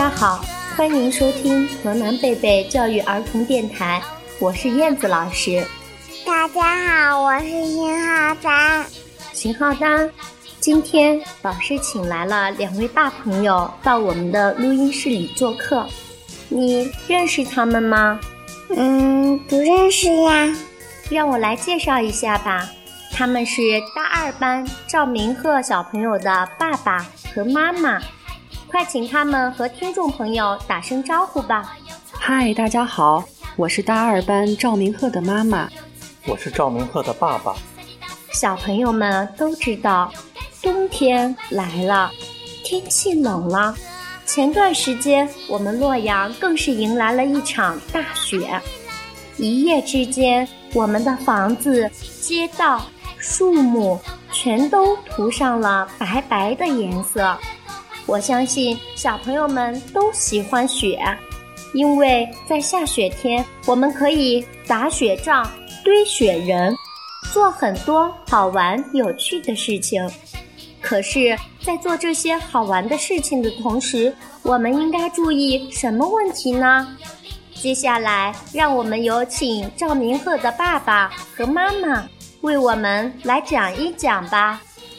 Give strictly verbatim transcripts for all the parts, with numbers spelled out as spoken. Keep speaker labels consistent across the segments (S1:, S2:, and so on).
S1: 家好，欢迎收听河南贝贝教育儿童电台，我是燕子老师。
S2: 大家好，我是邢浩丹。
S1: 邢浩丹，今天老师请来了两位大朋友到我们的录音室里做客，你认识他们吗？
S2: 嗯，不认识呀。
S1: 让我来介绍一下吧，他们是大二班赵明鹤小朋友的爸爸和妈妈，快请他们和听众朋友打声招呼吧。
S3: 嗨，大家好，我是大二班赵明鹤的妈妈。
S4: 我是赵明鹤的爸爸。
S1: 小朋友们都知道，冬天来了，天气冷了。前段时间，我们洛阳更是迎来了一场大雪，一夜之间，我们的房子、街道、树木全都涂上了白白的颜色。我相信小朋友们都喜欢雪，因为在下雪天，我们可以打雪仗、堆雪人，做很多好玩有趣的事情。可是在做这些好玩的事情的同时，我们应该注意什么问题呢？接下来让我们有请赵明鹤的爸爸和妈妈为我们来讲一讲吧。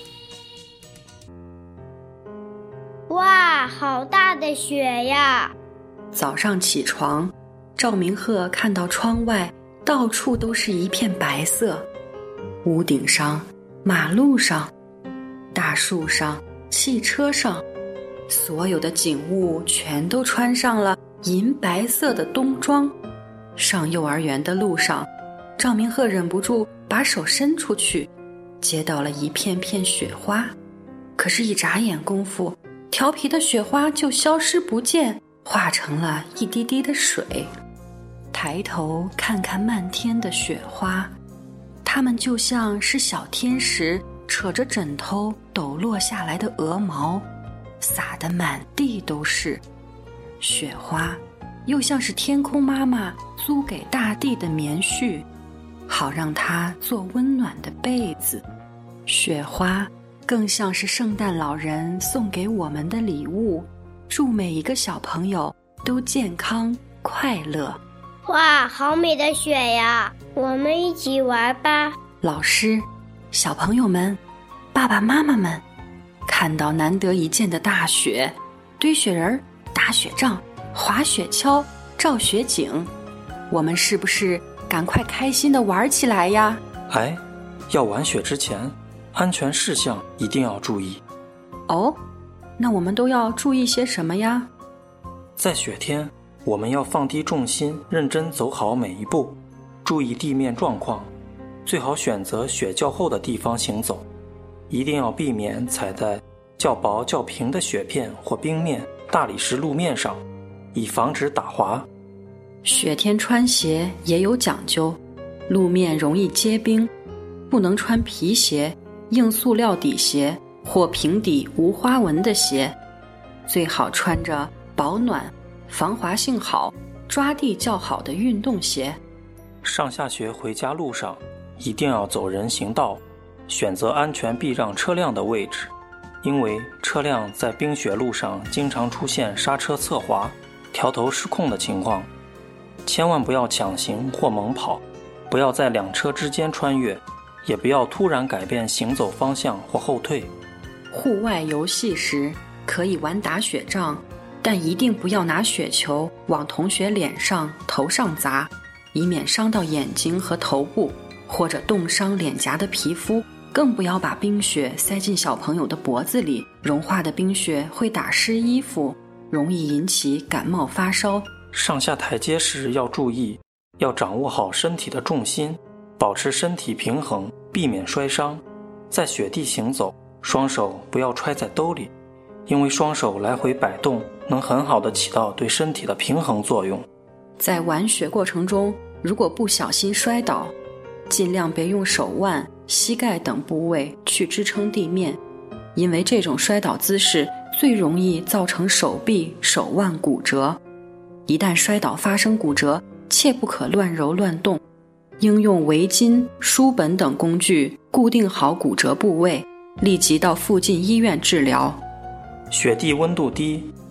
S2: 哇，好大的雪呀！
S3: 早上起床，赵明鹤看到窗外到处都是一片白色，屋顶上、马路上、大树上、汽车上，所有的景物全都穿上了银白色的冬装。上幼儿园的路上，赵明鹤忍不住把手伸出去，接到了一片片雪花。可是，一眨眼功夫，调皮的雪花就消失不见，化成了一滴滴的水。抬头看看漫天的雪花，它们就像是小天使扯着枕头抖落下来的鹅毛，洒得满地都是。雪花又像是天空妈妈租给大地的棉絮，好让它做温暖的被子。雪花更像是圣诞老人送给我们的礼物，祝每一个小朋友都健康快乐。
S2: 哇，好美的雪呀！我们一起玩吧。
S3: 老师、小朋友们、爸爸妈妈们，看到难得一见的大雪，堆雪人、打雪仗、滑雪橇、照雪景，我们是不是赶快开心地玩起来呀？
S4: 哎，要玩雪之前，安全事项一定要注意。
S3: 哦，那我们都要注意些什么呀？
S4: 在雪天，我们要放低重心，认真走好每一步，注意地面状况，最好选择雪较厚的地方行走，一定要避免踩在较薄较平的雪片或冰面、大理石路面上，以防止打滑。
S3: 雪天穿鞋也有讲究，路面容易结冰，不能穿皮鞋、硬塑料底鞋或平底无花纹的鞋，最好穿着保暖、防滑性好、抓地较好的运动鞋。
S4: 上下学回家路上，一定要走人行道，选择安全避让车辆的位置，因为车辆在冰雪路上经常出现刹车侧滑、调头失控的情况，千万不要抢行或猛跑，不要在两车之间穿越，也不要突然改变行走方向或后退。
S3: 户外游戏时可以玩打雪仗，但一定不要拿雪球往同学脸上、头上砸，以免伤到眼睛和头部，或者冻伤脸颊的皮肤。更不要把冰雪塞进小朋友的脖子里，融化的冰雪会打湿衣服，容易引起感冒发烧。
S4: 上下台阶时要注意，要掌握好身体的重心，保持身体平衡，避免摔伤。在雪地行走，双手不要揣在兜里，因为双手来回摆动能很好地起到对身体的平衡作用。
S3: 在玩雪过程中，如果不小心摔倒，尽量别用手腕、膝盖等部位去支撑地面，因为这种摔倒姿势最容易造成手臂、手腕骨折。一旦摔倒发生骨折，切不可乱揉乱动，应用围巾、书本等工具固定好骨折部位，立即到附近医院治疗。
S4: 雪地温度低，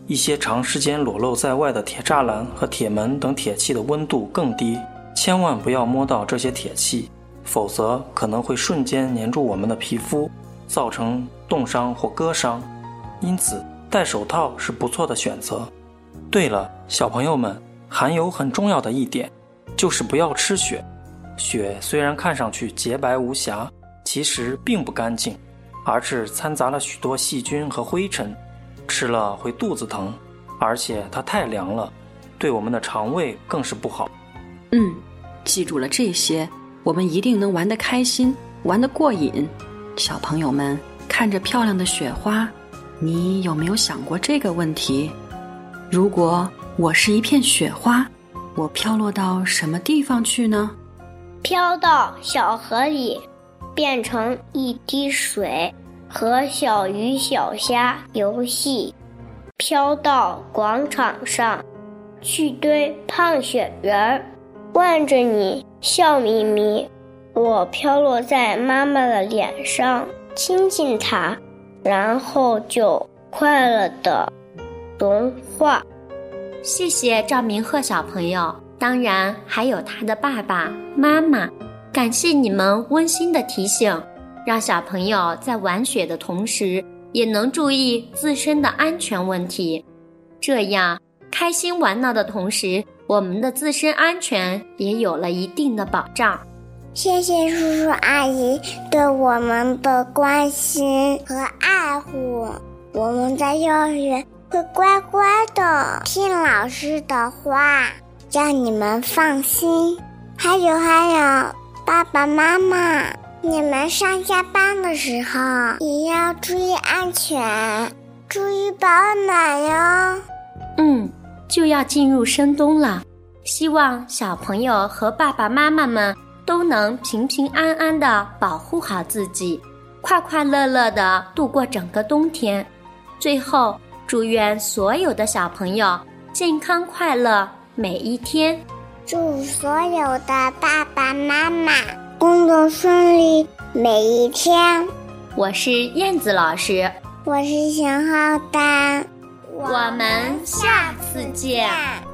S4: 一些长时间裸露在外的铁栅栏和铁门等铁器的温度更低，千万不要摸到这些铁器，否则可能会瞬间粘住我们的皮肤，造成冻伤或割伤。因此戴手套是不错的选择。对了，小朋友们，还有很重要的一点，就是不要吃血。血虽然看上去洁白无瑕，其实并不干净，而是掺杂了许多细菌和灰尘，吃了会肚子疼，而且它太凉了，对我们的肠胃更是不好。
S3: 嗯，记住了这些，我们一定能玩得开心，玩得过瘾。小朋友们，看着漂亮的雪花，你有没有想过这个问题？如果我是一片雪花，我飘落到什么地方去呢？
S2: 飘到小河里，变成一滴水，和小鱼小虾游戏；飘到广场上，去堆胖雪人儿，望着你笑眯眯。我飘落在妈妈的脸上，亲亲她，然后就快乐的融化。
S1: 谢谢赵明鹤小朋友，当然还有他的爸爸妈妈，感谢你们温馨的提醒，让小朋友在玩雪的同时也能注意自身的安全问题，这样开心玩闹的同时，我们的自身安全也有了一定的保障。
S5: 谢谢叔叔阿姨对我们的关心和爱护，我们在幼儿园会乖乖的听老师的话，让你们放心。还有还有，爸爸妈妈，你们上下班的时候也要注意安全，注意保暖哟。
S1: 嗯，就要进入深冬了，希望小朋友和爸爸妈妈们都能平平安安地保护好自己，快快乐乐地度过整个冬天。最后，祝愿所有的小朋友健康快乐每一天。
S5: 祝所有的爸爸妈妈工作顺利每一天。
S1: 我是燕子老师，
S5: 我是邢浩丹，
S1: 我们下次见。